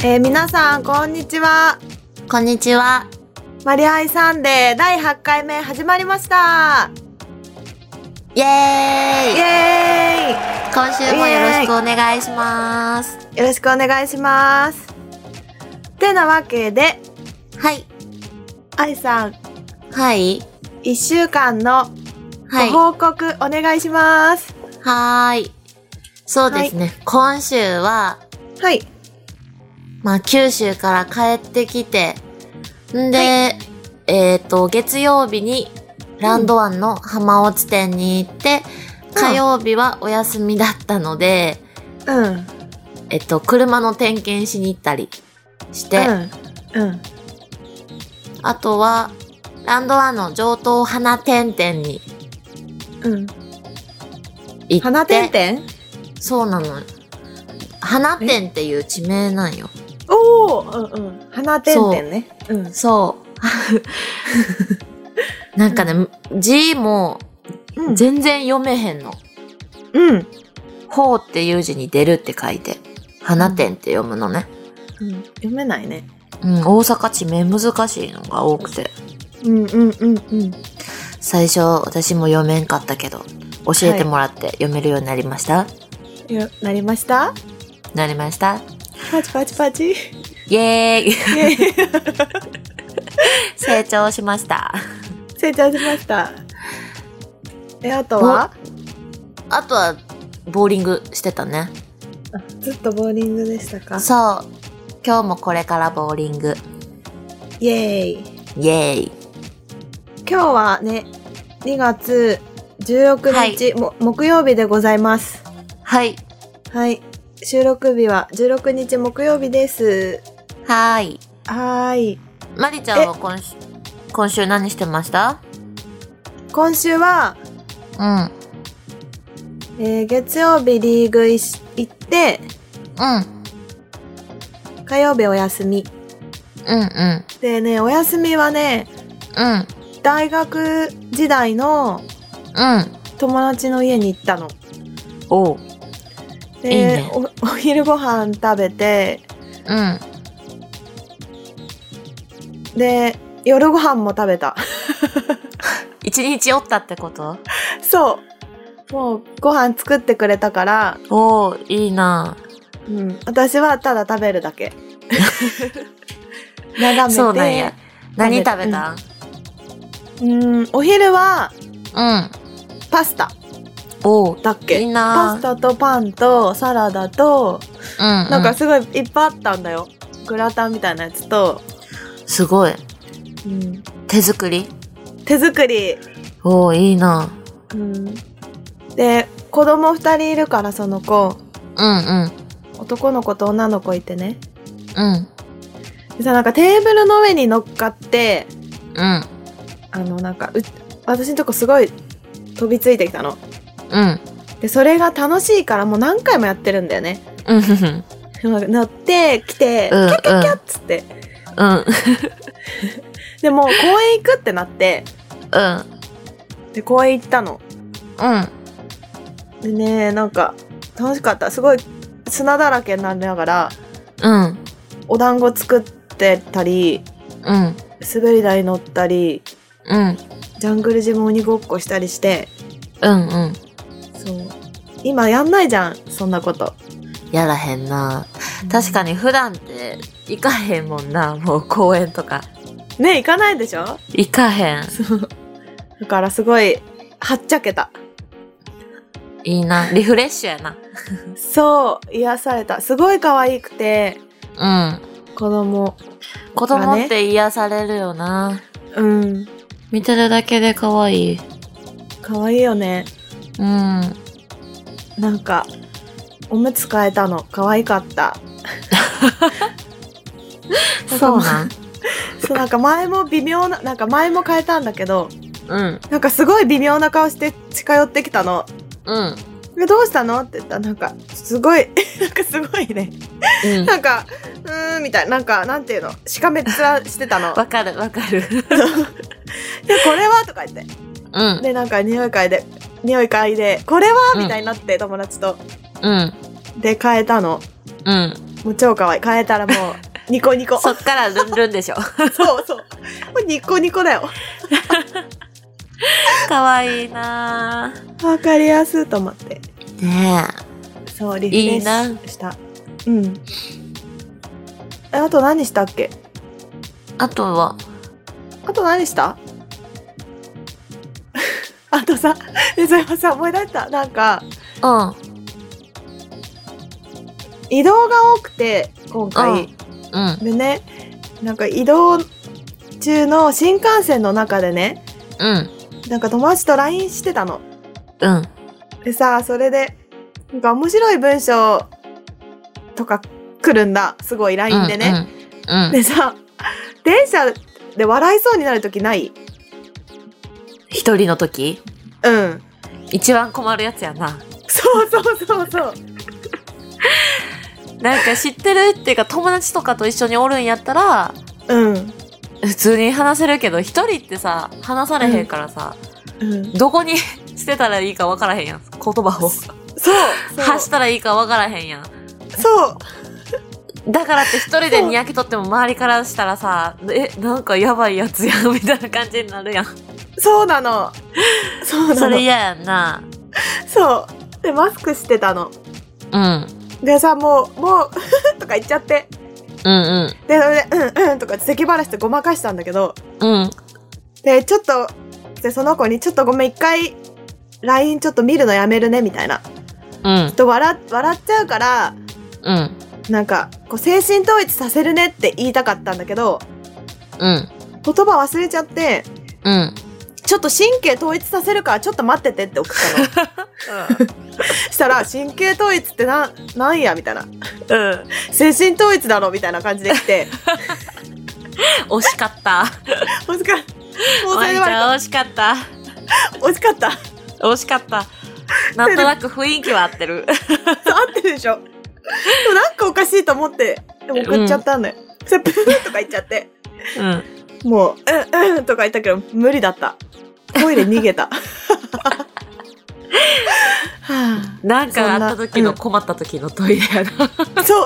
皆さんこんにちは。 こんにちは。 マリアイサンデー第8回目始まりました。 イエーイ。 イエーイ。 今週もよろしくお願いします。 よろしくお願いします。てなわけで、 はい。 愛さん。 はい。 1週間のご報告お願いします。 はい。そうですね。はい、今週は、 はい。 九州から帰ってきて、んで、はい、月曜日にランドワンの浜落店に行って、火曜日はお休みだったので、車の点検しに行ったりして、あとは、ランドワンの上等花店に行って、 花店そうなの。花店っていう地名なんよ。 おー、花店ね。 そう。なんかね、字も全然読めへんの。ほうっていう字に出るって書いて、花店って読むのね。 読めないね。 大阪地名難しいのが多くて。最初私も読めんかったけど、教えてもらって読めるようになりました。 なりましたなりました。 パチパチパチ。 イエーイ。成長しました。 成長しました。あとはボーリングしてたね。 ずっとボーリングでしたか？ そう。今日もこれからボーリング。 イエーイ。 イエーイ。 今日はね、2月16日、はい、木曜日でございます。 はい。 はい。収録日は16日木曜日です。 はーい。 はーい。 マリちゃんは今週何してました？ 今週は、月曜日リーグ行って、火曜日お休み。でね、お休みはね、大学時代の友達の家に行ったの。 おう。 で、いいね、お昼ご飯食べて、で、夜ご飯も食べた。 一日おったってこと？ そう。もうご飯作ってくれたから。 おー、いいな。 私はただ食べるだけ。眺めて。 そうなんや。何食べた？ お昼は、パスタ。だっけ？ いいな。 パスタとパンとサラダと、なんかすごいいっぱいあったんだよ。グラタンみたいなやつと。 すごい。手作り？ 手作り。 おー、いいな。 で、子供2人いるからその子。男の子と女の子いてね。でさ、なんかテーブルの上に乗っかって、なんか私のとこすごい飛びついてきたの。で、それが楽しいからもう何回もやってるんだよね。乗ってきて、キャッキャッキャッつって。でもう公園行くってなって、で公園行ったの。でね、なんか楽しかった。すごい砂だらけになりながら、お団子作ってたり、滑り台乗ったり、ジャングルジム鬼ごっこしたりして、そう。今やんないじゃん、そんなこと。 やらへんな。確かに普段って行かへんもんな、もう公園とか。 ね、行かないでしょ？ 行かへん。 そう。だからすごい、はっちゃけた。 いいな。リフレッシュやな。 そう、癒された。すごい可愛くて、子供って癒されるよな。見てるだけで可愛い。 可愛いよね。なんか、おむつ替えたの。可愛かった。 そうなん？ そう、なんか前も前も変えたんだけど、なんかすごい微妙な顔して近寄ってきたの。どうしたのって言ったら、なんかすごいね、なんかみたいな、なんかなんていうの、しかめっ面してたの。 わかる。 で、これはとか言って、でなんか匂い嗅いでこれはみたいになって、友達とで変えたの。 うん。 もう超可愛い。変えたらもう、ニコニコ。 そっからルンルンでしょ。 そうそう。もうニコニコだよ。 可愛いなぁ。 わかりやすいと思って。 ねえ。そう、リフレッシュした。うん。あと何したっけ？ あと何したあとさ、それもさ、思い出した。なんか、移動が多くて、今回。でね、なんか移動中の新幹線の中でね、なんか友達と LINE してたの。でさ、それで、なんか面白い文章とか来るんだ。すごい LINE でね。でさ、電車で笑いそうになるときない？ 一人の時？一番困るやつやな。 そう。 なんか知ってるっていうか友達とかと一緒におるんやったら、普通に話せるけど、一人ってさ、話されへんからさ、どこに捨てたらいいか分からへんやん。言葉を。そう。発したらいいか分からへんやん。 そう。 だからって一人でにやけとっても周りからしたらさ、なんかやばいやつやんみたいな感じになるやん。 そうなの。 それ嫌やんな。 そう。で、マスクしてたの。でさ、もう、とか言っちゃって。で、それで、とか咳払してごまかしたんだけど。で、ちょっと、で、その子に、ちょっとごめん、一回、LINE ちょっと見るのやめるね、みたいな。ちょっと笑っちゃうから、なんか、こう、精神統一させるねって言いたかったんだけど、言葉忘れちゃって、ちょっと神経統一させるからちょっと待っててって送ったの。したら、神経統一ってなんやみたいな。精神統一だろみたいな感じで来て。 惜しかった。 惜しかった。 もうそれで惜しかった。 惜しかった。 惜しかった。なんとなく雰囲気は合ってる。 合ってるでしょ。でもなんかおかしいと思って、でも送っちゃったんだよ。それプーとか言っちゃって。もう、とか言ったけど、無理だった。トイレ逃げた。 なんかあった時の困った時のトイレやな。 そう。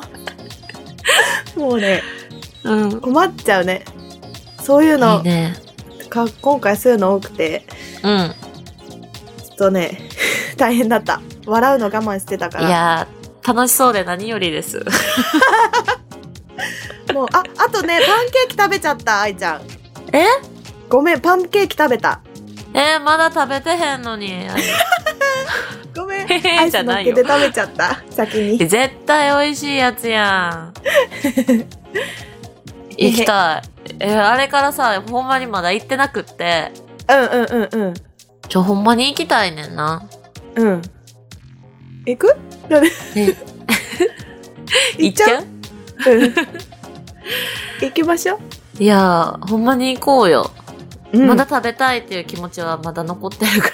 もうね、困っちゃうね。そういうの、今回そういうの多くて、ちょっとね、大変だった。笑うの我慢してたから。 いやー、楽しそうで何よりです。 もう、あとね、パンケーキ食べちゃった、愛ちゃん。ごめん、パンケーキ食べた。 まだ食べてへんのに。 ごめん、アイス乗っけて食べちゃった、先に。 絶対美味しいやつやん。行きたい。あれからさ、ほんまにまだ行ってなくって。ほんまに行きたいねんな。 行く？ 行っちゃう？ 行きましょう。 いやー、ほんまに行こうよ。まだ食べたいっていう気持ちはまだ残ってるから。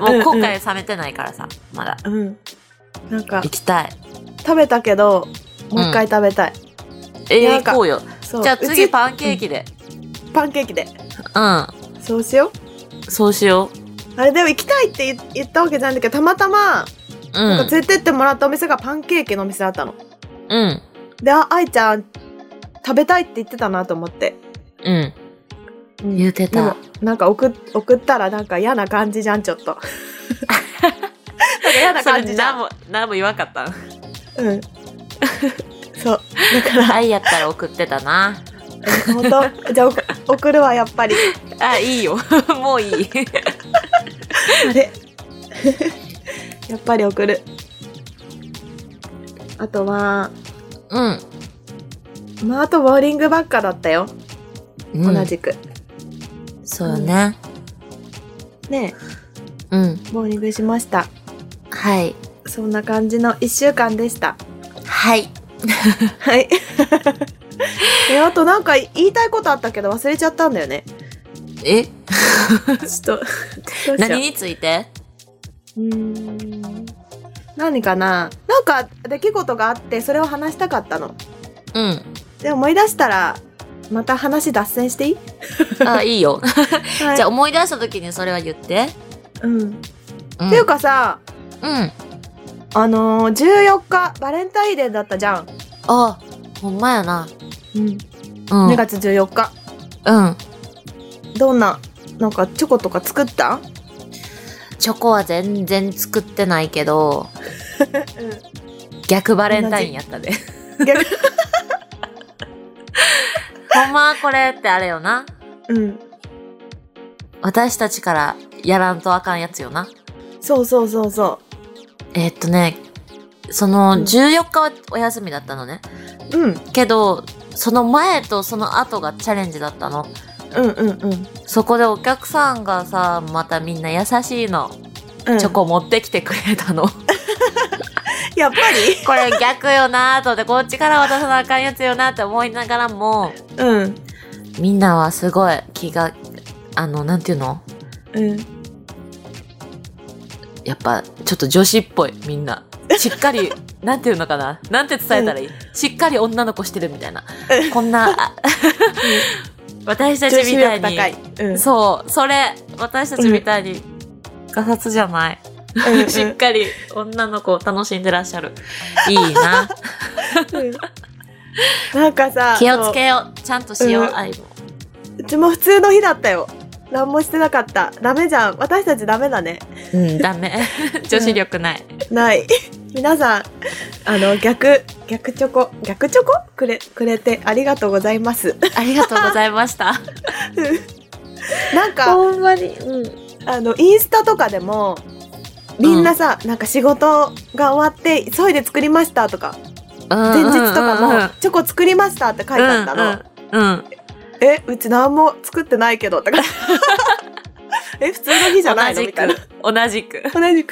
もう後悔冷めてないからさ、まだ。 なんか、 行きたい。 食べたけど、もう一回食べたい。 行こうよ。じゃあ次パンケーキで。 パンケーキで。そうしよう。そうしよう。あれでも行きたいって言ったわけじゃないんだけど、たまたま、なんか連れてってもらったお店がパンケーキのお店だったの。で、愛ちゃん、食べたいって言ってたなと思って。 言うてた。 なんか送ったらなんか嫌な感じじゃん、ちょっと。なんか嫌な感じじゃん。 何も言わんかったん。 そう。だから。 愛やったら送ってたな。 ほんと？じゃあ送るわ、やっぱり。 いいよ。もういい。 あれやっぱり送る。あとは、あとボーリングばっかだったよ。同じく。 そうよね。 ねえ。ボーリングしました。 はい。 そんな感じの1週間でした。 はい。 はい。あとなんか言いたいことあったけど忘れちゃったんだよね。ちょっと何について？ 何かな？なんか出来事があってそれを話したかったの。で思い出したらまた話脱線していい？ いいよ。じゃあ思い出した時にそれは言って。 っていうかさ、 14日、バレンタインデーだったじゃん。 あ、ほんまやな。 うん。 うん。 2月14日。 うん。 どんな、なんかチョコとか作った？ チョコは全然作ってないけど、 うん。 逆バレンタインやったで。 逆ほんまはこれってあれよな。 うん。 私たちからやらんとあかんやつよな。 そうそうそうそう。 その14日はお休みだったのね。 うん。 けど、その前とその後がチャレンジだったの。 うんうんうん。 そこでお客さんがさ、またみんな優しいの。 うん、 チョコ持ってきてくれたの。 やっぱりこれ逆よなーとで、こっちから渡さなあかんやつよなって思いながらも、 うん。 みんなはすごい気が、なんていうの？ うん。 やっぱ、ちょっと女子っぽい、みんな。しっかり、なんていうのかな？なんて伝えたらいい？しっかり女の子してるみたいな。こんな、私たちみたいに、 うん、 そう、それ、私たちみたいに、ガサツじゃない。しっかり女の子を楽しんでらっしゃる。いいな。 なんかさ、 気をつけよう。ちゃんとしよう、愛も。 うちも普通の日だったよ。何もしてなかった。ダメじゃん。私たちダメだね。 うん、ダメ。女子力ない。 ない。皆さん、逆チョコくれてありがとうございます。 ありがとうございました。 なんか、 ほんまに、 インスタとかでも、みんなさ、なんか仕事が終わって急いで作りましたとか、前日とかもチョコ作りましたって書いてあったの。 うん。 うち何も作ってないけどとか。普通の日じゃないのみたいな。 同じく。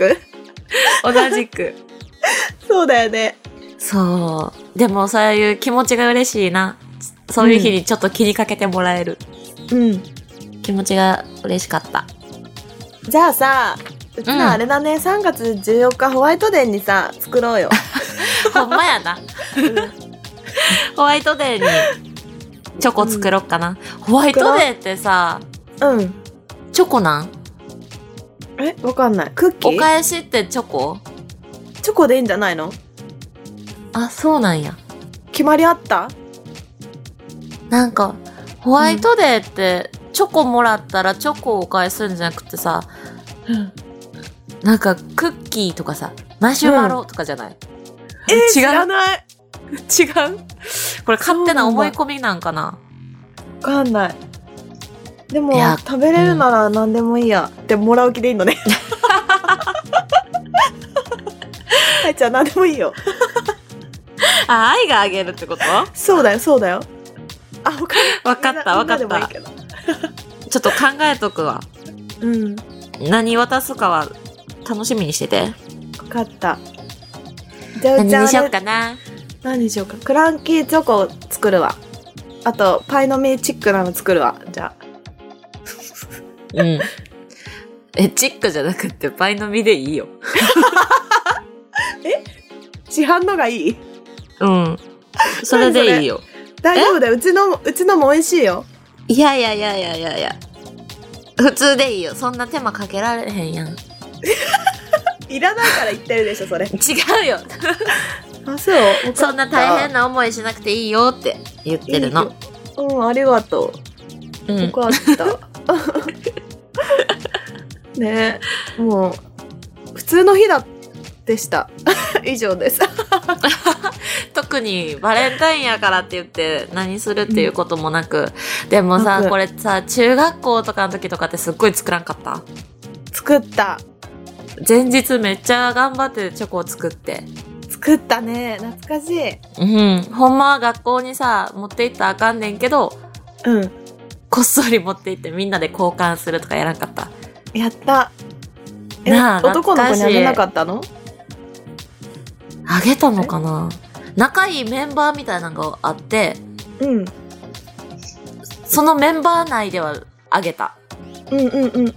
そうだよね。 そう。でもそういう気持ちが嬉しいな。そういう日にちょっと気にかけてもらえる。 うん。 気持ちが嬉しかった。 じゃあさ、うちらあれだね、3月14日ホワイトデーにさ、作ろうよ。 ほんまやな。ホワイトデーにチョコ作ろっかな。ホワイトデーってさ、 うん。 チョコなん？ わかんない。クッキー？ お返しってチョコ？ チョコでいいんじゃないの？ あ、そうなんや。 決まりあった？ なんか、ホワイトデーって、チョコもらったらチョコをお返しするんじゃなくてさ、なんかクッキーとかさ、マシュマロとかじゃない？ 違う？知らない。 違う？これ勝手な思い込みなんかな？ わかんない。でも、食べれるなら何でもいいや。ってもらう気でいいのね。はい、じゃあ何でもいいよ。 あ、愛があげるってこと？ そうだよ。あ、 わかった。ちょっと考えとくわ。 うん。 何渡すかは楽しみにしてて。 わかった。じゃあ何にしようかな。 何にしようか。クランキーチョコを作るわ。あと、パイの実チックなの作るわ。じゃあ。 うん。チックじゃなくてパイの実でいいよ。 市販のがいい？ うん。それでいいよ。 大丈夫だよ。うちのも美味しいよ。 いや。普通でいいよ。そんな手間かけられへんやん。 いらないから言ってるでしょ、それ。違うよ。 あ、そう。 そんな大変な思いしなくていいよって言ってるの。 ありがとう。よかった。ねえ、もう、普通の日でした。以上です。 特にバレンタインやからって言って何するっていうこともなく、でもさ、これさ、中学校とかの時とかってすっごい作らんかった？ 作った。 前日めっちゃ頑張ってチョコを作って。 作ったね。懐かしい。 うん。ほんまは学校にさ、持って行ったらあかんねんけど、 うん。 こっそり持って行ってみんなで交換するとかやらんかった？ やった。男の子にあげなかったの？ あげたのかな？仲いいメンバーみたいなのがあって、 うん。 そのメンバー内ではあげた。 うん。や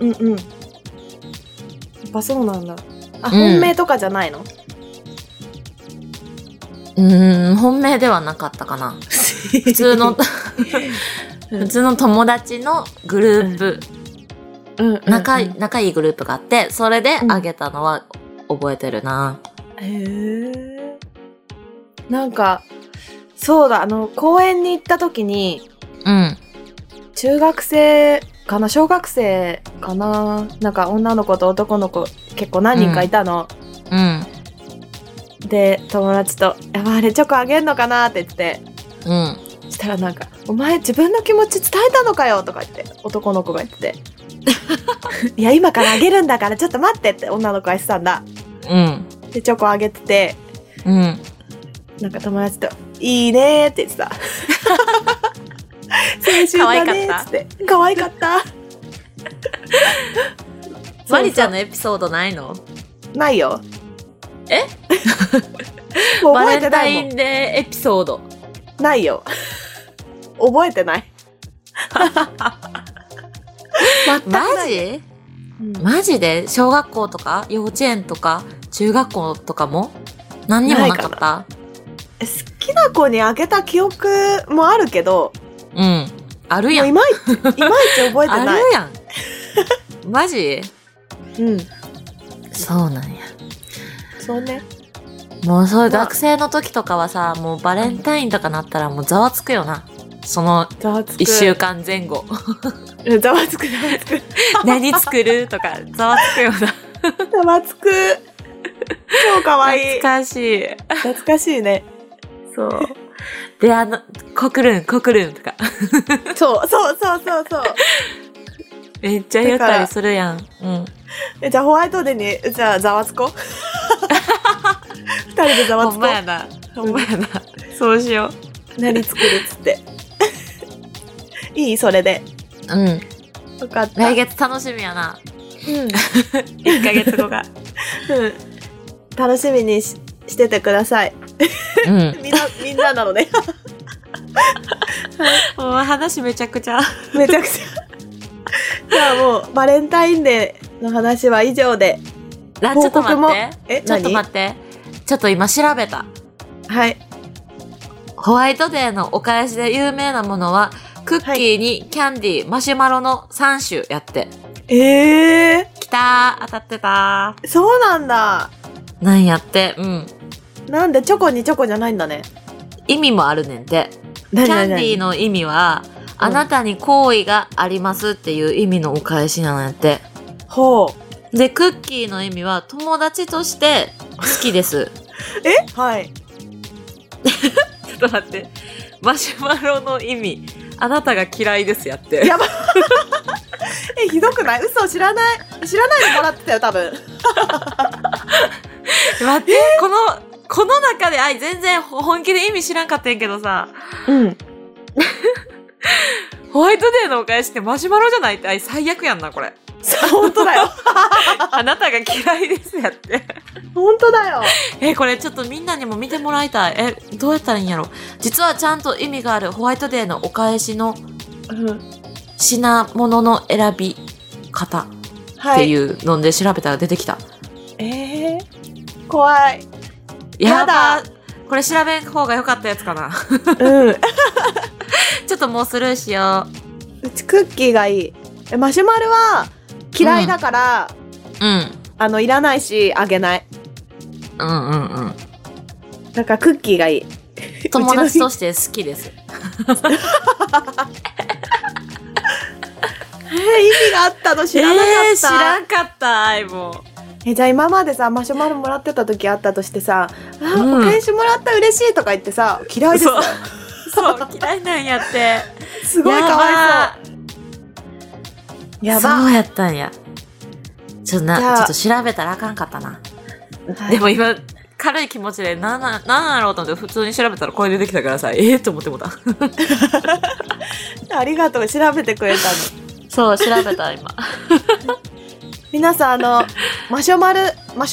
っぱそうなんだ。本命とかじゃないの？ 本命ではなかったかな。普通の友達のグループ、仲いいグループがあって、それであげたのは覚えてるな。 へえ。なんか、そうだ、公園に行った時に、 うん。 中学生かな小学生かななんか女の子と男の子結構何人かいたの。 うん。 で、友達と、あれチョコあげんのかなって言って、 うん。 したらなんか、お前自分の気持ち伝えたのかよとか言って、男の子が言ってて。いや、今からあげるんだからちょっと待ってって女の子が言ってたんだ。 うん。 で、チョコあげてて、 うん。 なんか友達と、いいねーって言ってた。青春だねーっつって。可愛かった。 マリちゃんのエピソードないの？ ないよ。 え？ もうバレンタ覚えてないもん。 インデーエピソード。 ないよ。覚えてない。全くマない。 ジ？ うんマジで？小学校とか幼稚園とか中学校とかも何にもなかった？ 好きな子にあげた記憶もあるけど、 うん。あるや。 もうんいまいち覚えてあない。 るやん。マジ？ うん。 そうなんや。 そうね。 もうそういうまあ学生の時とかはさ、もうバレンタインとかなったらもうざわつくよな。そのざわつく。 一週間前後。 ざわつく、ざわつく。 何作るとかざわつくよな。 ざわつく。超かわいい。 懐かしい。 懐かしいね。 そう。で、コクルンとか。 そうそうそうそうそう。 めっちゃ言ったりするやん。うん。 じゃあホワイトデーに、じゃあざわつこう。二人でざわつこう。 ほんまやな。ほんまやな。そうしよ何作るっつって。いいそれで。 う。うん。 よかった。 来月楽しみやな。 うん。 1ヶ月後が。 うん。楽しみにしててください。 うん。 みんななのね。 もう話めちゃくちゃ。 めちゃくちゃ。じゃあもう、バレンタインデーの話は以上で。 ちょっと待報告もって。ちょっと待って。ちょっと今調べた。 はい。 ホワイトデーのお返しで有名なものは、クッキーにキャンディー、マシュマロの3種やって。きたー、当たってたー。そうなんだ。 なんやって、うん。 なんでチョコにチョコじゃないんだね。 意味もあるねんて。キャンディーの意味は、あなたに好意がありますっていう意味のお返しなんやって。 ほう。で、クッキーの意味は、友達として好きです。 はい。 ちょっと待って。マシュマロの意味、あなたが嫌いですやって。 やば。ひどくない？嘘、知らないでもらってたよ、多分。 待って、この中で、全然本気で意味知らんかったんやけどさ。 うん。 ホワイトデーのお返しってマシュマロじゃないって、最悪やんな、これ。 本当だよ。 あなたが嫌いですやって。 本当だよ。 これちょっとみんなにも見てもらいたい。どうやったらいいんやろ。実はちゃんと意味があるホワイトデーのお返しの品物の選び方っていうので調べたら出てきた。 怖い。 やだ。これ調べん方が良かったやつかな。 うん。 ちょっともうスルーしようちクッキーがいい。マシュマロは嫌いだから、いらないし、あげない。だからクッキーがいい。 友達として好きです。 意味があったの知らなかった。 知らんかった、もう。 じゃあ今までさ、マシュマロもらってた時あったとしてさ、お返しもらった嬉しいとか言ってさ、嫌いですよ。 そう、嫌いなんやって。 すごいかわいそう。やば。 そうやったんや。ちょっと調べたらあかんかったな。でも今、軽い気持ちで、なんだろうと思って普通に調べたらこれ出てきたからさ、と思ってもた。 ありがとう、調べてくれたの。 そう、調べた、今。 皆さん、マシュマロ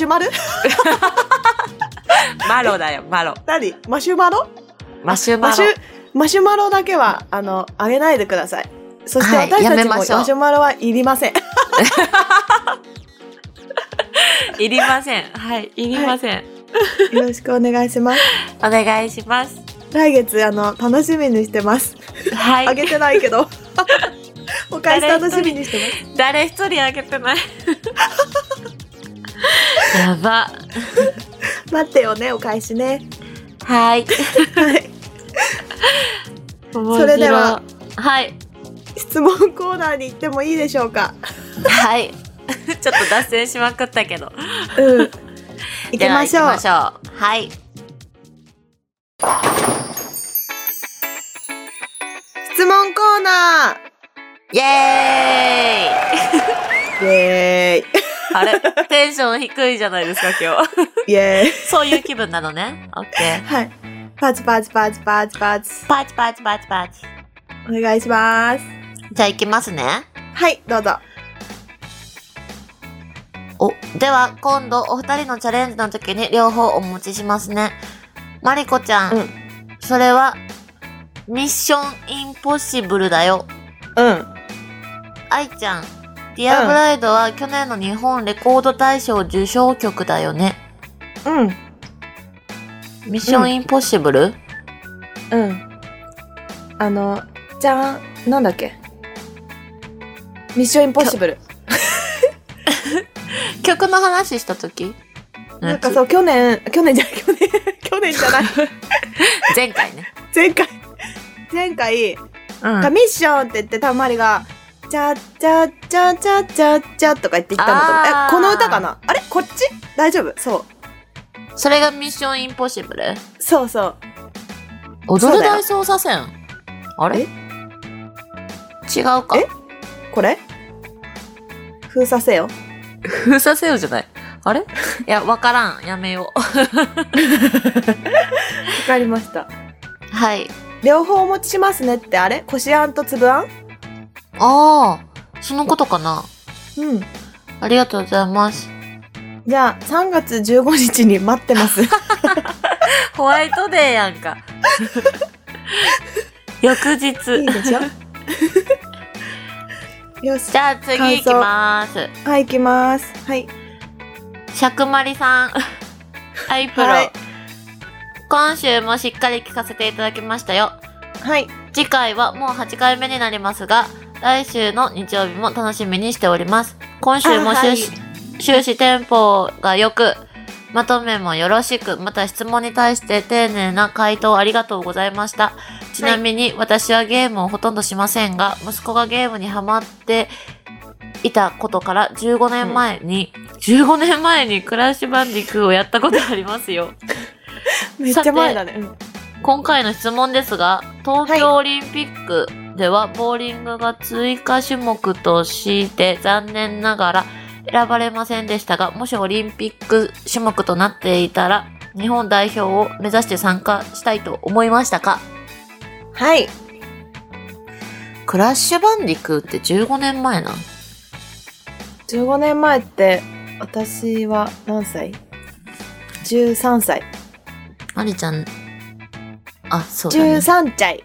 マロだよ、マロ。 何？マシュマロ？ マシュマロ。 マシュマロだけは、あげないでください。そして私たちもマシュマロはいりません。 いりません。はい、いりません。 よろしくお願いします。 お願いします。 来月、楽しみにしてます。 はい。 あげてないけど。お返し楽しみにしてます。 誰一人あげてない。やば。 待ってよね、お返しね。 はい。 はい。それでは、 はい。 質問コーナーに行ってもいいでしょうか。 はい。ちょっと脱線しまくったけど。 うん。行きましょう。 はい。 質問コーナーイエーイイエーイあれテンション低いじゃないですか、今日。 イエーイそういう気分なのね。オッケー。 はい。パチパチパチパチパチ。 パチパチパチパチ。 お願いします。 じゃあ行きますね。 はい、どうぞ。 では今度お二人のチャレンジの時に両方お持ちしますね。マリコちゃん、それはミッションインポッシブルだよ。愛ちゃん、ディアブライドは去年の日本レコード大賞受賞曲だよね。ミッションインポッシブル？ じゃん、なんだっけ？ミッションインポッシブル。 曲の話した時？ なんかそう、去年じゃない。 前回ね。 前回、ミッションって言ってたまりが、チャッチャッチャッチャッチャッチャッとか言って言ったのと、この歌かな？あれこっち？大丈夫？そう。 それがミッションインポッシブル？ そう。 踊る大捜査線？あれ？違うか。 これ？封鎖せよ。 封鎖せよじゃない。あれ？いや、わからん。やめよう。わかりました。 はい。 両方お持ちしますねって、あれ？こしあんとつぶあん？ ああ、そのことかな。ありがとうございます。 じゃあ、3月15日に待ってます。 ホワイトデーやんか。翌日。いいでしょ？ よし。 じゃあ次行きまーす。 はい、行きます。はい。 シャクマリさん。アイプロ。はい、今週もしっかり聞かせていただきましたよ。 はい。 次回はもう8回目になりますが、来週の日曜日も楽しみにしております。今週も終始テンポが良く、まとめもよろしく、また質問に対して丁寧な回答ありがとうございました。ちなみに私はゲームをほとんどしませんが、息子がゲームにハマっていたことから15年前にクラッシュバンディクーをやったことありますよ。 めっちゃ前だね。 今回の質問ですが、東京オリンピックではボーリングが追加種目として残念ながら選ばれませんでしたが、もしオリンピック種目となっていたら日本代表を目指して参加したいと思いましたか？ はい。 クラッシュバンディクーって15年前な。 15年前って私は何歳？ 13 歳。 マリちゃん、あ、そうだね。 13歳。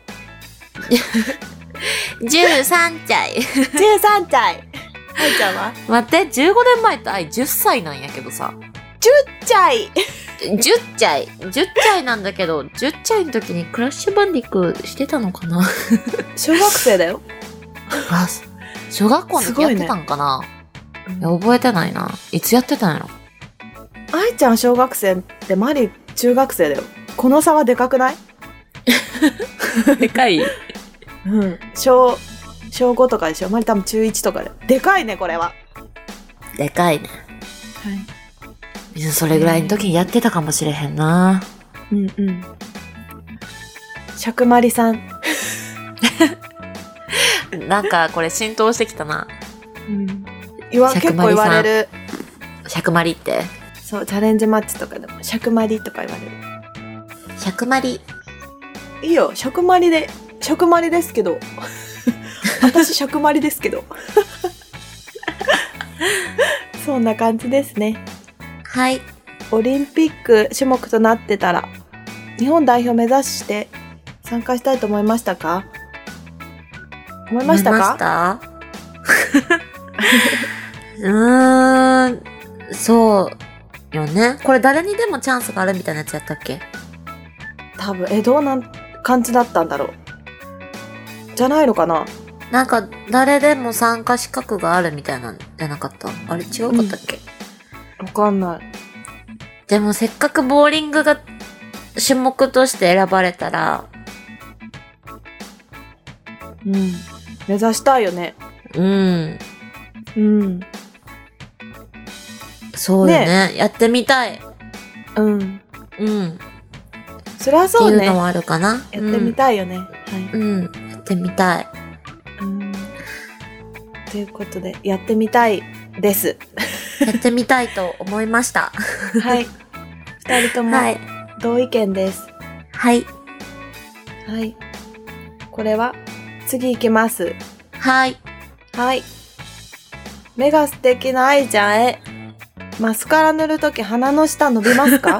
13歳。 13歳。愛ちゃんは？ 待って、15年前って愛10歳なんやけどさ。 10歳。 10歳なんだけど、10歳の時にクラッシュバンディクーしてたのかな？ 小学生だよ。 あ、小学校の時やってたんかな？いや、覚えてないな。いつやってたんやろ？ 愛ちゃん小学生ってマリ中学生だよ。この差はでかくない？ でかい？ 小5とかでしょ。マリ多分中1とかで。でかいね、これは。 でかいね。 はい。 それぐらいの時にやってたかもしれへんな。 シャクマリさん。 なんかこれ浸透してきたな。 結構言われる。 シャクマリって。 そう、チャレンジマッチとかでもシャクマリとか言われる。 シャクマリ。 いいよ、シャクマリですけど。私シャクマリですけど。そんな感じですね。 はい。 オリンピック種目となってたら、日本代表目指して参加したいと思いましたか？思いましたか？ そうよね。これ誰にでもチャンスがあるみたいなやつやったっけ？ 多分、どうなん感じだったんだろう。じゃないのかな？ なんか、誰でも参加資格があるみたいなんじゃなかった？あれ違うかったっけ？ わかんない。 でもせっかくボーリングが種目として選ばれたら、 うん。目指したいよね。 うん。 うん。 そうよね。やってみたい。 うん。 うん。 そりゃそうね。 っていうのもあるかな。 やってみたいよね。はい。 うん。やってみたい。 ということで、やってみたいです。 やってみたいと思いました。 はい。二人とも同意見です。 はい。 はい。これは次行きます。 はい。 はい。目が素敵な愛ちゃんへ。マスカラ塗るとき鼻の下伸びますか？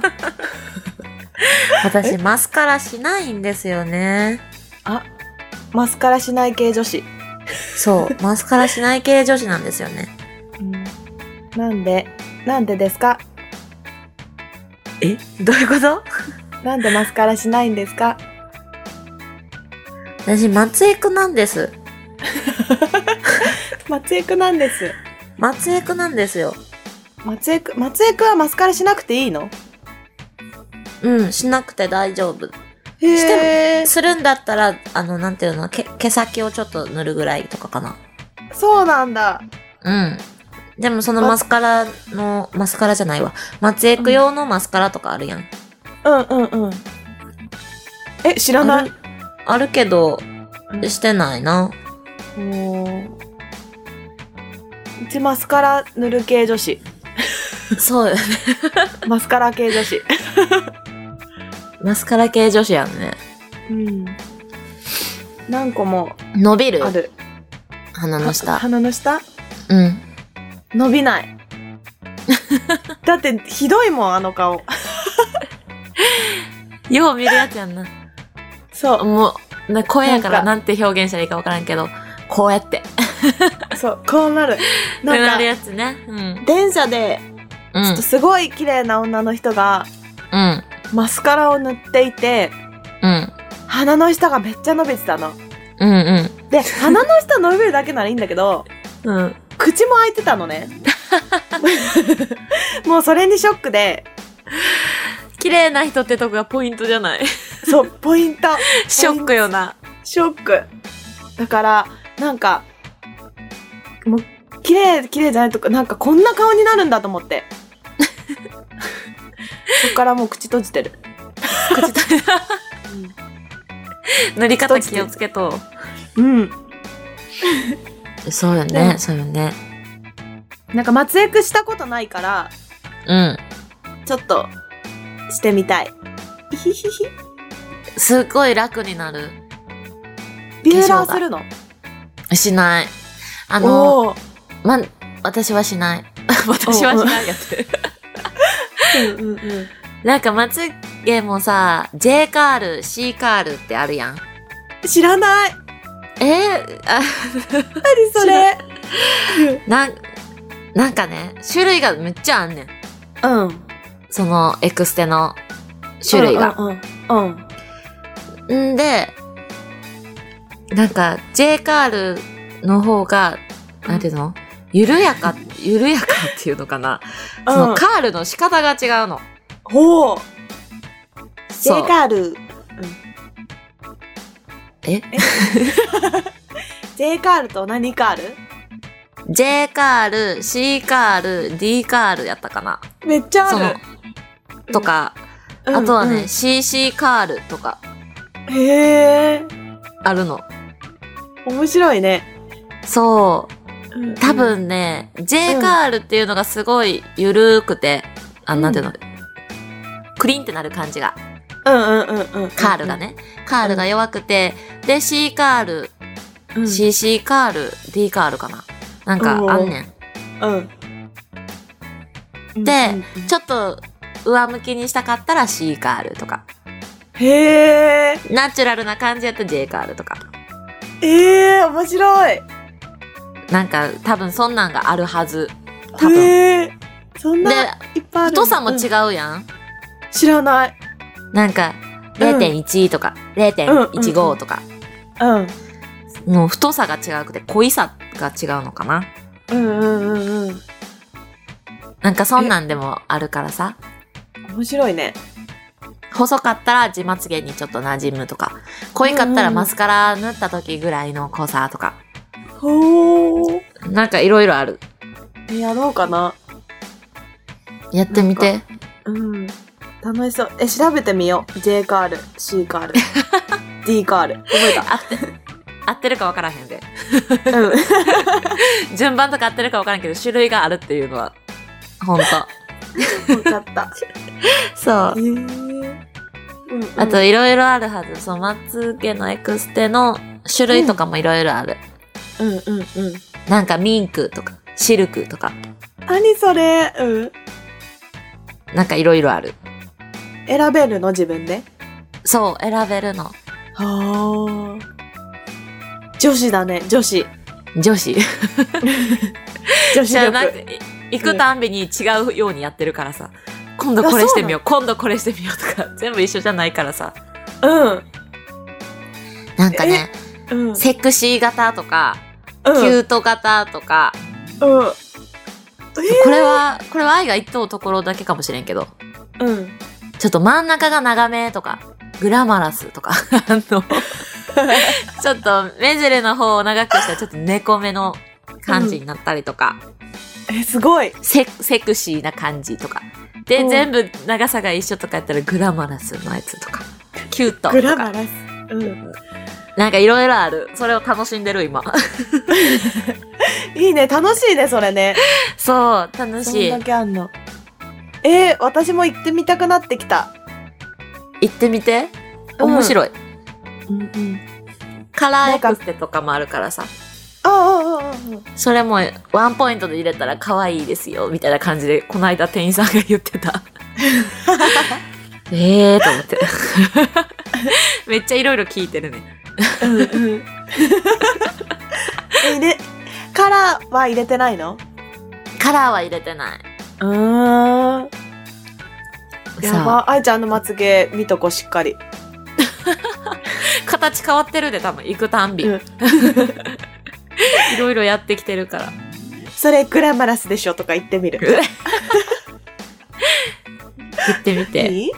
私マスカラしないんですよね。 あ、マスカラしない系女子。 そう、マスカラしない系女子なんですよね。 なんでですか？ どういうこと？ なんでマスカラしないんですか？ 私、松江区なんです。 松江区なんです。 松江区なんですよ。 松江区はマスカラしなくていいの？ うん、しなくて大丈夫。するんだったら、なんていうの、毛先をちょっと塗るぐらいとかかな。 そうなんだ。 うん。でもそのマスカラじゃないわ。松江区用のマスカラとかあるやん。 うん。知らない。 あるけど、してないな。 うちマスカラ塗る系女子。 そうよね。 マスカラ系女子。 マスカラ系女子やんね。 うん。何個も伸びる？ ある。 鼻の下。 鼻の下？ うん。 伸びない。だってひどいもん、あの顔。 よう見るやつやんな。 そう。 もう、声やからなんて表現したらいいかわからんけど、こうやって。 そう、こうなる。 なんかなるやつね。うん。 電車で、ちょっとすごい綺麗な女の人が、 うん。 マスカラを塗っていて、 うん。 鼻の下がめっちゃ伸びてたの。 うんうん。 で、鼻の下伸びるだけならいいんだけど、 うん。 口も開いてたのね。もうそれにショックで。 綺麗な人ってとこがポイントじゃない？ そう、ポイント。 ショックよな。 ショック。だから、なんか、もう、綺麗じゃないとか、なんかこんな顔になるんだと思って。そっからもう口閉じてる。 口閉じた。塗り方気をつけと。 うん。 そうよね、そうよね。 なんか松江区したことないから、 うん。 ちょっと、してみたい。 すっごい楽になる。 ビューラーするの？ しない。私はしない。私はしないやって。なんかまつげもさ、J カール、C カールってあるやん。 知らない。 何それ。 なんかね、種類がめっちゃあんねん。 うん。 そのエクステの種類が。んで、なんか J カールの方が、なんていうの？緩やかっていうのかな。そのカールの仕方が違うの。 ほう。J カール。J カールと何カール？ J カール、C カール、D カールやったかな。 めっちゃある。 とか、あとはね、CC カールとか。 へー。あるの。 面白いね。 そう。多分ね、J カールっていうのがすごいゆるーくて、なんていうの、クリンってなる感じが。カールがね。カールが弱くて、で、C カール、CC カール、D カールかな。なんかあんねん。で、ちょっと上向きにしたかったら C カールとか。 へー。 ナチュラルな感じやったら J カールとか。 面白い。 なんか多分そんなんがあるはず。多分。 そんな、いっぱいある。 太さも違うやん。 知らない。 なんか、0.1 とか、0.15 とか。もう太さが違くて濃いさが違うのかな。 うんうんうんうん。 なんかそんなんでもあるからさ。 面白いね。 細かったら自まつげにちょっと馴染むとか、濃いかったらマスカラ塗った時ぐらいの濃さとか。 ほー。 なんかいろいろある。 やろうかな。 やってみて。 うん。楽しそう。調べてみよう。J カール、C カール、D カール。覚えた。 合ってるか分からへんで。 うん。 順番とか合ってるか分からんけど、種類があるっていうのは、ほんと。 分かった。 そう。あといろいろあるはず。そう、まつげのエクステの種類とかもいろいろある。 うんうんうん。 なんかミンクとか、シルクとか。 何それ？うん。 なんかいろいろある。 選べるの自分で？ そう、選べるの。 はあ。女子だね、女子。 女子。 女子なんか行くたんびに違うようにやってるからさ。今度これしてみよう、今度これしてみようとか、全部一緒じゃないからさ。 うん。 なんかね、 うん、 セクシー型とか、キュート型とか、 うん。 これは愛が一等ところだけかもしれんけど、 うん。 ちょっと真ん中が長めとか、グラマラスとか、ちょっと目尻の方を長くしたらちょっと猫目の感じになったりとか、 すごい。 セクシーな感じとか。で、全部長さが一緒とかやったらグラマラスのやつとか、キュートとか。 グラマラス。うん。 なんかいろいろある。それを楽しんでる今。 いいね、楽しいね、それね。 そう、楽しい。 そんだけあんの。私も行ってみたくなってきた。 行ってみて。面白い。 うんうん。 カラーエクステとかもあるからさ。それもワンポイントで入れたら可愛いですよ、みたいな感じで、この間店員さんが言ってた。と思って。めっちゃいろいろ聞いてるね。 うんうん。カラーは入れてないの？ カラーは入れてない。 やば。愛ちゃんのまつげ見とこしっかり。 形変わってるで、多分行くたんび。いろいろやってきてるから。 それグラマラスでしょとか言ってみる。 言ってみて。い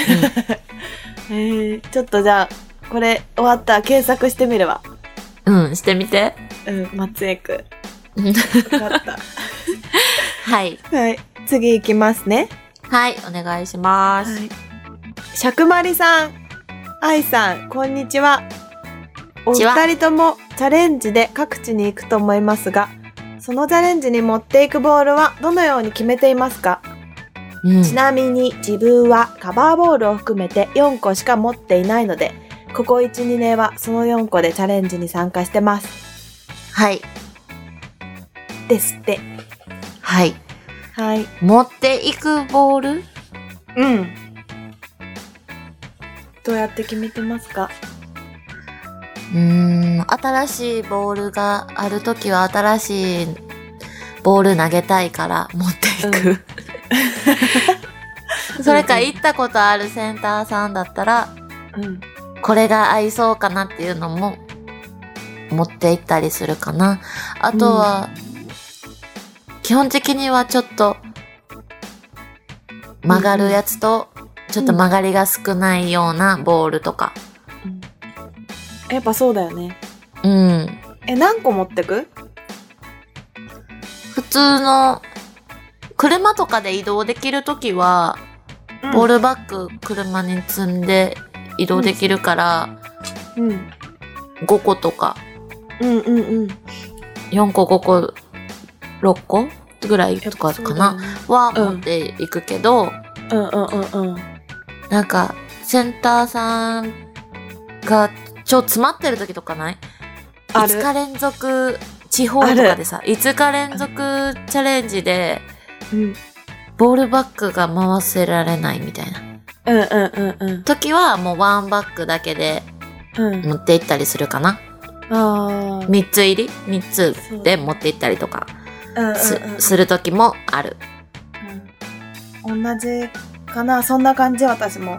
い？ちょっとじゃあ、これ終わったら検索してみるわ。 うん、してみて。 松江区。 分かった。 はい。 はい。次行きますね。 はい、お願いします。 しゃくまりさん、愛さん、こんにちは。お二人ともチャレンジで各地に行くと思いますが、そのチャレンジに持っていくボールはどのように決めていますか？ちなみに自分はカバーボールを含めて4個しか持っていないので、ここ 1,2 年はその4個でチャレンジに参加してます。 はい。 ですって。 はい。 はい。 持っていくボール？ うん。どうやって決めてますか？ 新しいボールがあるときは新しいボール投げたいから持っていく。それか行ったことあるセンターさんだったら、これが合いそうかなっていうのも持って行ったりするかな。あとは、基本的にはちょっと曲がるやつと、ちょっと曲がりが少ないようなボールとか。 やっぱそうだよね。何個持ってく？ 普通の車とかで移動できるときは、ボールバッグ車に積んで移動できるから、5個とか、4個5個6個ぐらいとかかな、は持っていくけど、なんかセンターさんが詰まってる時とかない？5日連続地方とかでさ、5日連続チャレンジで、ボールバッグが回せられないみたいな。時はもうワンバッグだけで持って行ったりするかな。3つ入り ?3 つで持って行ったりとかする時もある。 同じかな。そんな感じ、私も。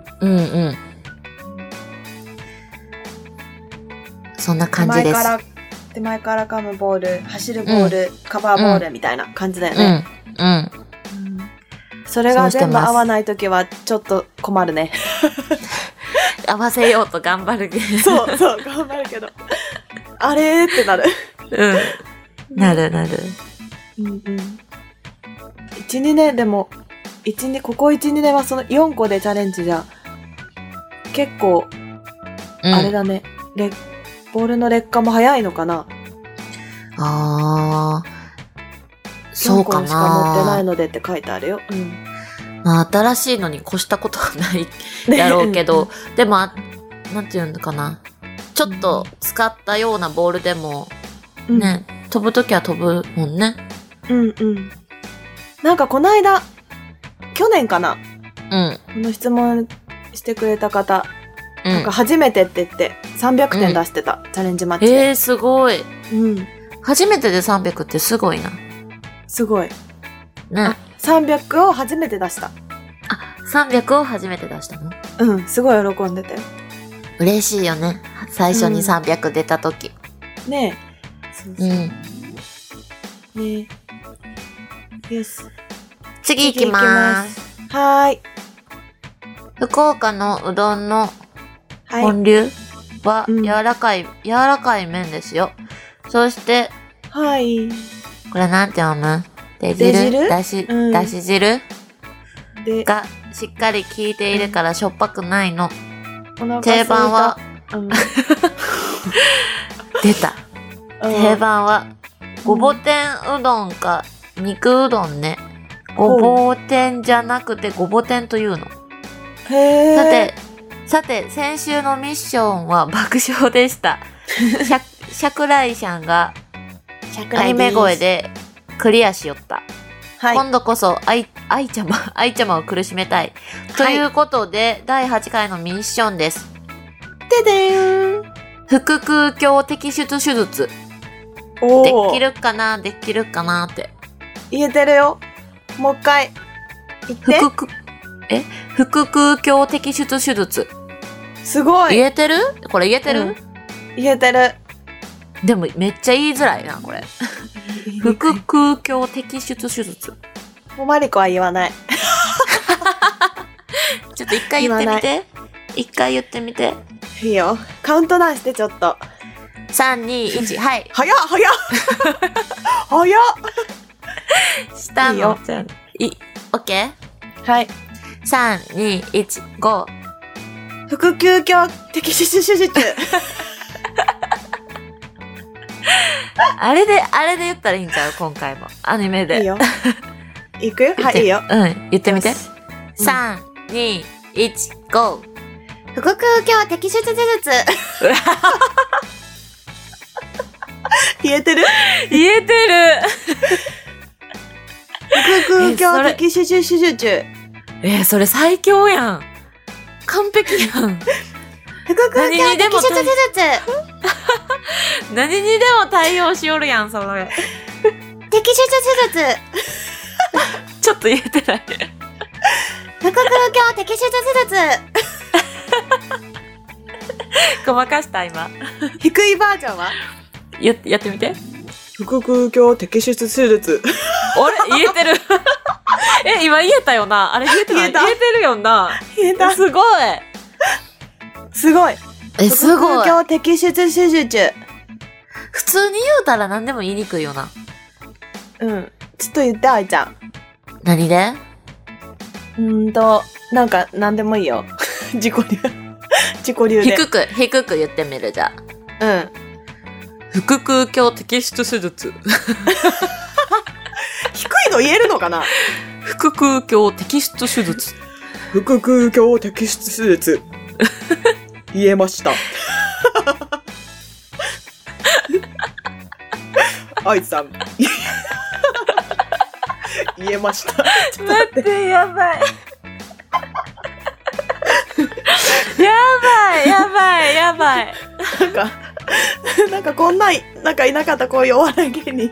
そんな感じです。 手前から噛むボール、走るボール、カバーボールみたいな感じだよね。 それが全部合わないときはちょっと困るね。 合わせようと頑張るけど。 そう、頑張るけど。あれってなる。 なる。 1、2年でも、ここ1、2年はその4個でチャレンジじゃ、結構、あれだね、ボールの劣化も早いのかな。 そうかな。4個しか持ってないのでって書いてあるよ。 まあ、新しいのに越したことはないだろうけど、でも、なんていうのかな。ちょっと使ったようなボールでも、ね、飛ぶときは飛ぶもんね。 なんかこの間、去年かな。 この質問してくれた方、なんか初めてって言って300点出してた、チャレンジマッチで。 すごい。初めてで300ってすごいな。 すごい。 ね。 300を初めて出した。 300を初めて出したの？ すごい喜んでたよ。 嬉しいよね。最初に300出たとき。 ねえ。ねえ。よし。 次行きまーす。 はーい。 福岡のうどんの本流は柔らかい麺ですよ。そして、 はい。 これなんて読む？出汁？ だし汁がしっかり効いているからしょっぱくないの。定番は、出た。定番は、ごぼ天うどんか肉うどんね。ごぼ天じゃなくてごぼ天というの。さて、先週のミッションは爆笑でした。桜井さんが、アニメ声でクリアしよった。今度こそ愛ちゃまを苦しめたい。ということで、第8回のミッションです。 ででーん。 腹腔鏡摘出手術。できるかなって。 言えてるよ。もう一回。言って。 腹腔鏡摘出手術。 すごい。 言えてる？これ言えてる？ 言えてる。 でもめっちゃ言いづらいな、これ。腹腔鏡摘出手術。 もうマリコは言わない。 ちょっと一回言ってみて。一回言ってみて。 いいよ。カウントダウンしてちょっと。 3、2、1、はい。 早っしたの？ いいよ。 オッケー？ はい。 3、2、1、5。 腹腔鏡摘出手術。 あれで言ったらいいんちゃう？今回も。アニメで。 いいよ。いくよ？はい、いいよ。 言ってみて。3、2、1、GO！ 腹腔鏡摘出手術。言えてる？ 言えてる。 腹腔鏡摘出手術。 それ最強やん。完璧やん。 腹腔鏡摘出手術。 何にでも対応しおるやん、それ。 摘出手術。 ちょっと言えてない。 腹腔鏡摘出手術。 ごまかした今。 低いバージョンは？ やってみて。 腹腔鏡摘出手術。 あれ言えてる。今言えたよな。あれ言えてない？言えてるよな。 言えた。 すごい。 すごい。 すごい。 腹腔鏡摘出手術。 普通に言うたら何でも言いにくいよな。 ちょっと言って、愛ちゃん。 何で？ なんか何でもいいよ。自己流で。 低く言ってみるじゃあ。 腹腔鏡摘出手術。 低いの言えるのかな？ 腹腔鏡摘出手術。 腹腔鏡摘出手術。言えました。愛さん。言えました。 待って、やばい。やばい。 なんかこんないなかったこういうお笑い芸人。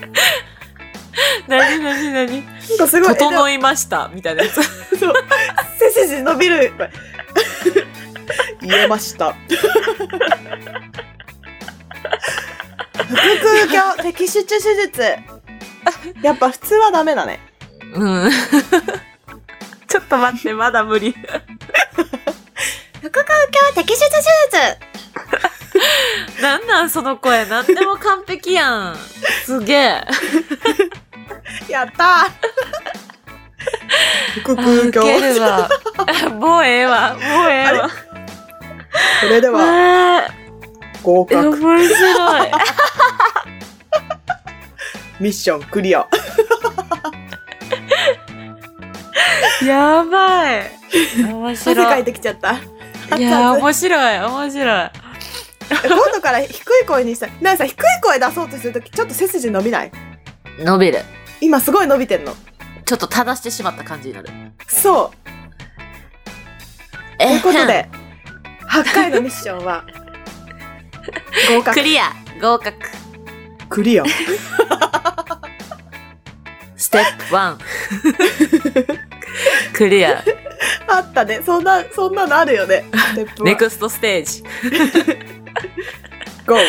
何なんかすごい。 整いました、みたいなやつ。 そう。背筋伸びる。言えました。腹腔鏡摘出手術。やっぱ普通はダメだね。 っと待って、まだ無理。 腹腔鏡摘出手術。 なんなんその声、なんでも完璧やん。すげえ。 やったー。腹腔鏡。 ウケるわ。もうええわ。もうええわ。 それでは、合格。 面白い。 ミッションクリア。 やばい。面白い。 汗かいてきちゃった。 いやー、面白い。面白い。 今度から低い声にしたい。なんかさ、低い声出そうとするとき、ちょっと背筋伸びない？ 伸びる。 今すごい伸びてんの。 ちょっと正してしまった感じになる。 そう。ということで、8回のミッションは、合格。 クリア。合格。 クリア。 ステップ1。クリア。 あったね。そんなのあるよね。ステップ1。 ネクストステージ。 ゴー。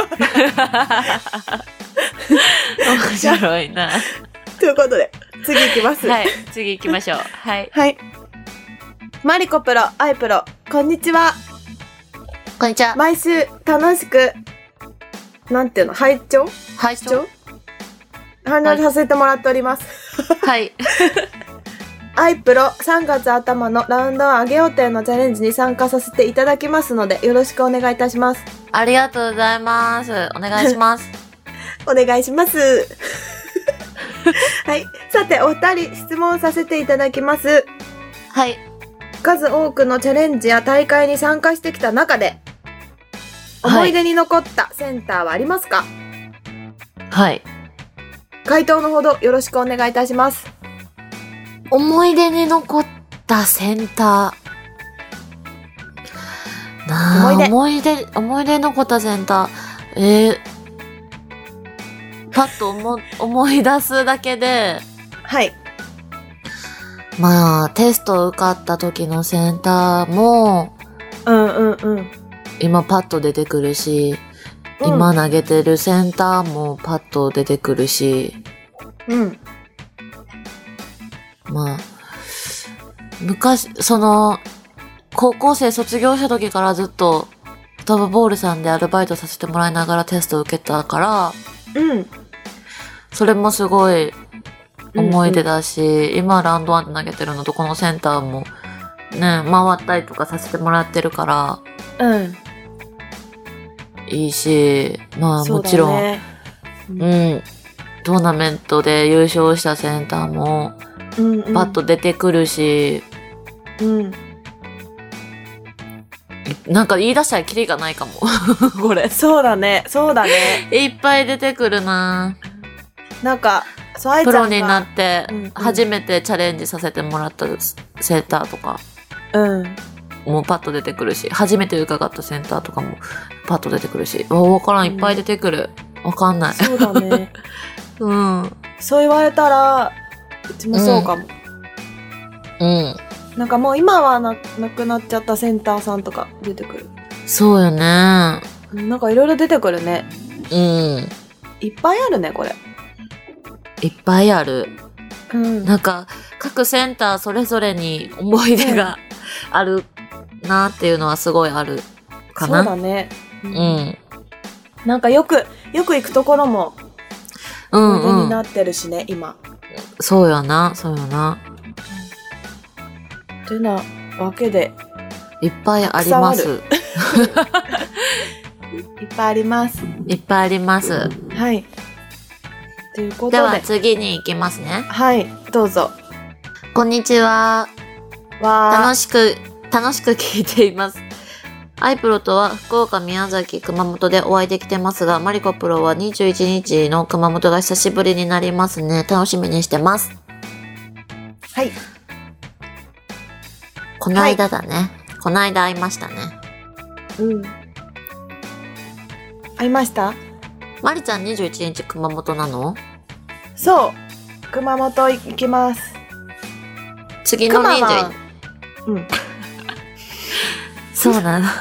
面白いな。 ということで、次行きます。 はい。次行きましょう。はい。 はい。マリコプロ、アイプロ、こんにちは。 こんにちは。 毎週楽しく、なんていうの、拝聴拝聴反応させてもらっております。 はい。 アイプロ3月頭のラウンド1上げ予定のチャレンジに参加させていただきますので、よろしくお願いいたします。 ありがとうございます。お願いします。 お願いします。はい。さて、お二人質問させていただきます。 はい。 数多くのチャレンジや大会に参加してきた中で、思い出に残ったセンターはありますか？ はい。 回答のほどよろしくお願いいたします。 思い出に残ったセンター。なあ、思い出に残ったセンター。パッと思い出すだけで、 はい。 まあ、テスト受かった時のセンターも、今パッと出てくるし、今投げてるセンターもパッと出てくるし、まあ、昔、高校生卒業した時からずっと、トムボールさんでアルバイトさせてもらいながらテスト受けたから、それもすごい思い出だし、今ラウンド1で投げてるのとこのセンターもね、回ったりとかさせてもらってるから、いいし、まあもちろん、トーナメントで優勝したセンターも、パッと出てくるし、なんか言い出したらキリがないかも。これ。 そうだね。 いっぱい出てくるな。 なんか、 プロになって初めてチャレンジさせてもらったセンターとか、もうパッと出てくるし、初めて伺ったセンターとかもパッと出てくるし、わからん、いっぱい出てくる。わかんない。 そうだね。そう言われたら、うちもそうかも。なんかもう今はなくなっちゃったセンターさんとか出てくる。 そうよね。 なんかいろいろ出てくるね。いっぱいあるね、これ。 いっぱいある。なんか、各センターそれぞれに思い出があるなっていうのはすごいあるかな。 そうだね。なんかよく行くところも、思い出になってるしね、今。 そうよな。 というなわけで。 いっぱいあります。 いっぱいあります。 いっぱいあります。 はい。ということで。 では次に行きますね。 はい、どうぞ。 こんにちは。楽しく聞いています。アイプロとは福岡、宮崎、熊本でお会いできてますが、マリコプロは21日の熊本が久しぶりになりますね。楽しみにしてます。 はい。 この間だね。この間会いましたね。 会いました？ マリちゃん21日熊本なの？ そう。熊本行きます。 次の21。そうなの。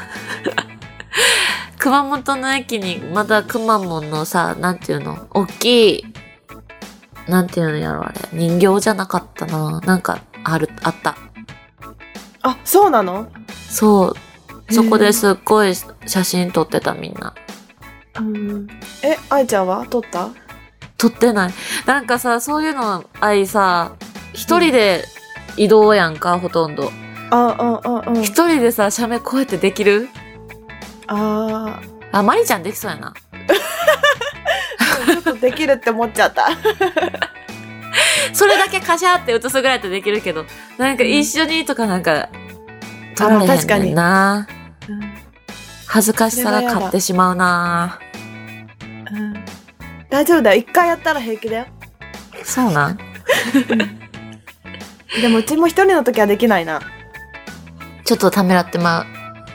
熊本の駅にまだくまモンのさ、なんていうの？大きい、なんていうのやろあれ。人形じゃなかったな。なんかあった。 あ、そうなの？ そう。そこですっごい写真撮ってたみんな。 愛ちゃんは撮った？ 撮ってない。なんかさ、そういうの愛さ、一人で移動やんか、ほとんど。一人でさ、写メこうやってできる？あ、まりちゃんできそうやな。 ちょっとできるって思っちゃった。 それだけカシャって写すぐらいとできるけど、なんか一緒にとかなんか、撮られへんねんな。恥ずかしさが勝ってしまうな。 大丈夫だよ。一回やったら平気だよ。 そうなん？ でもうちも一人の時はできないな。 ちょっとためらってまう。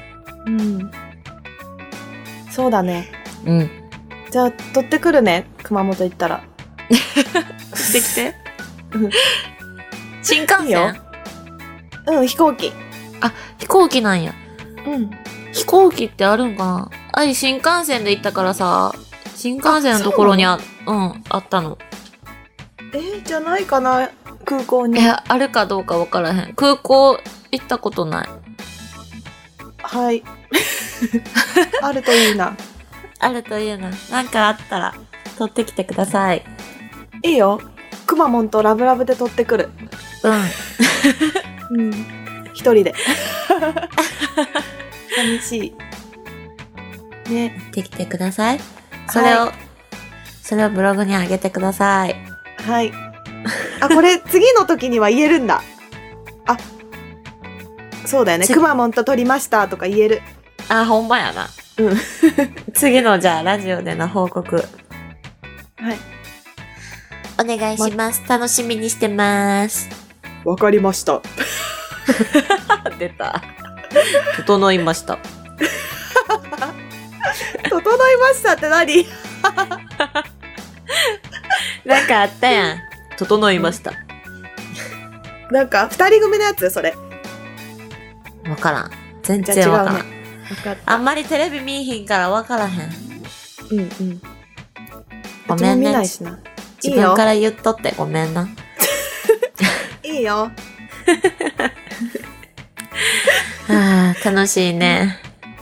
そうだね。じゃあ取ってくるね。熊本行ったら。 できて。新幹線？いいよ。 飛行機。 あ、飛行機なんや。飛行機ってあるんかな？新幹線で行ったからさ、新幹線のところにあったの。 じゃないかな、空港に。 あるかどうかわからへん。空港行ったことない。 はい。あるといいな。 あるといいな。なんかあったら、取ってきてください。 いいよ。くまモンとラブラブで取ってくる。一人で。寂しい。ね。 持ってきてください。それをブログに上げてください。 はい。これ次の時には言えるんだ。そうだよね。くまモンと撮りましたとか言える。 ほんまやな。次のじゃあラジオでの報告。 はい。 お願いします。楽しみにしてます。 わかりました。 出た。整いました。 整いましたって何？ なんかあったやん。整いました。 なんか二人組のやつそれ。 わからん。全然わからん。あんまりテレビ見えひんからわからへん。ごめんね。 見ないしな。 自分から言っとってごめんな。 いいよ。 楽しいね。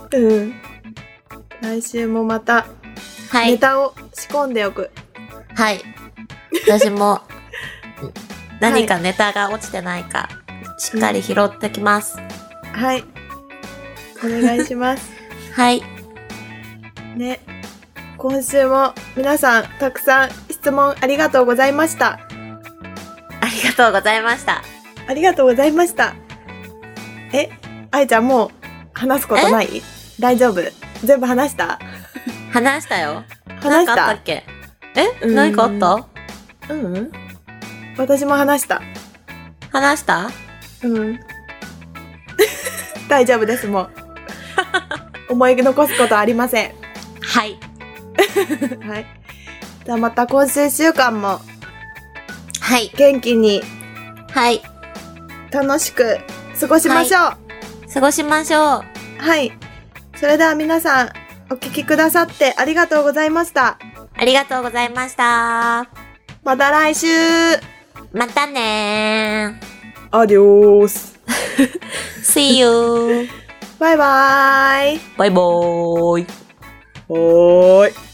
来週もまたネタを仕込んでおく。 はい。私も何かネタが落ちてないかしっかり拾ってきます。 はい。お願いします。 はい。 ね。今週も皆さんたくさん質問ありがとうございました。 ありがとうございました。 ありがとうございました。愛ちゃんもう話すことない？大丈夫？全部話した？ 話したよ。 話した？ 何かあったっけ？何かあった？ 私も話した。 話した？ 大丈夫です、もう。思い残すことありません。 はい。 はい。じゃあまた今週1週間も、 はい。 元気に、 はい。 楽しく過ごしましょう。 過ごしましょう。 はい。それでは皆さん、お聞きくださってありがとうございました。 ありがとうございました。 また来週。 またねー。アディオース。 See you. バイバーイ。 バイバーイ。 おーい。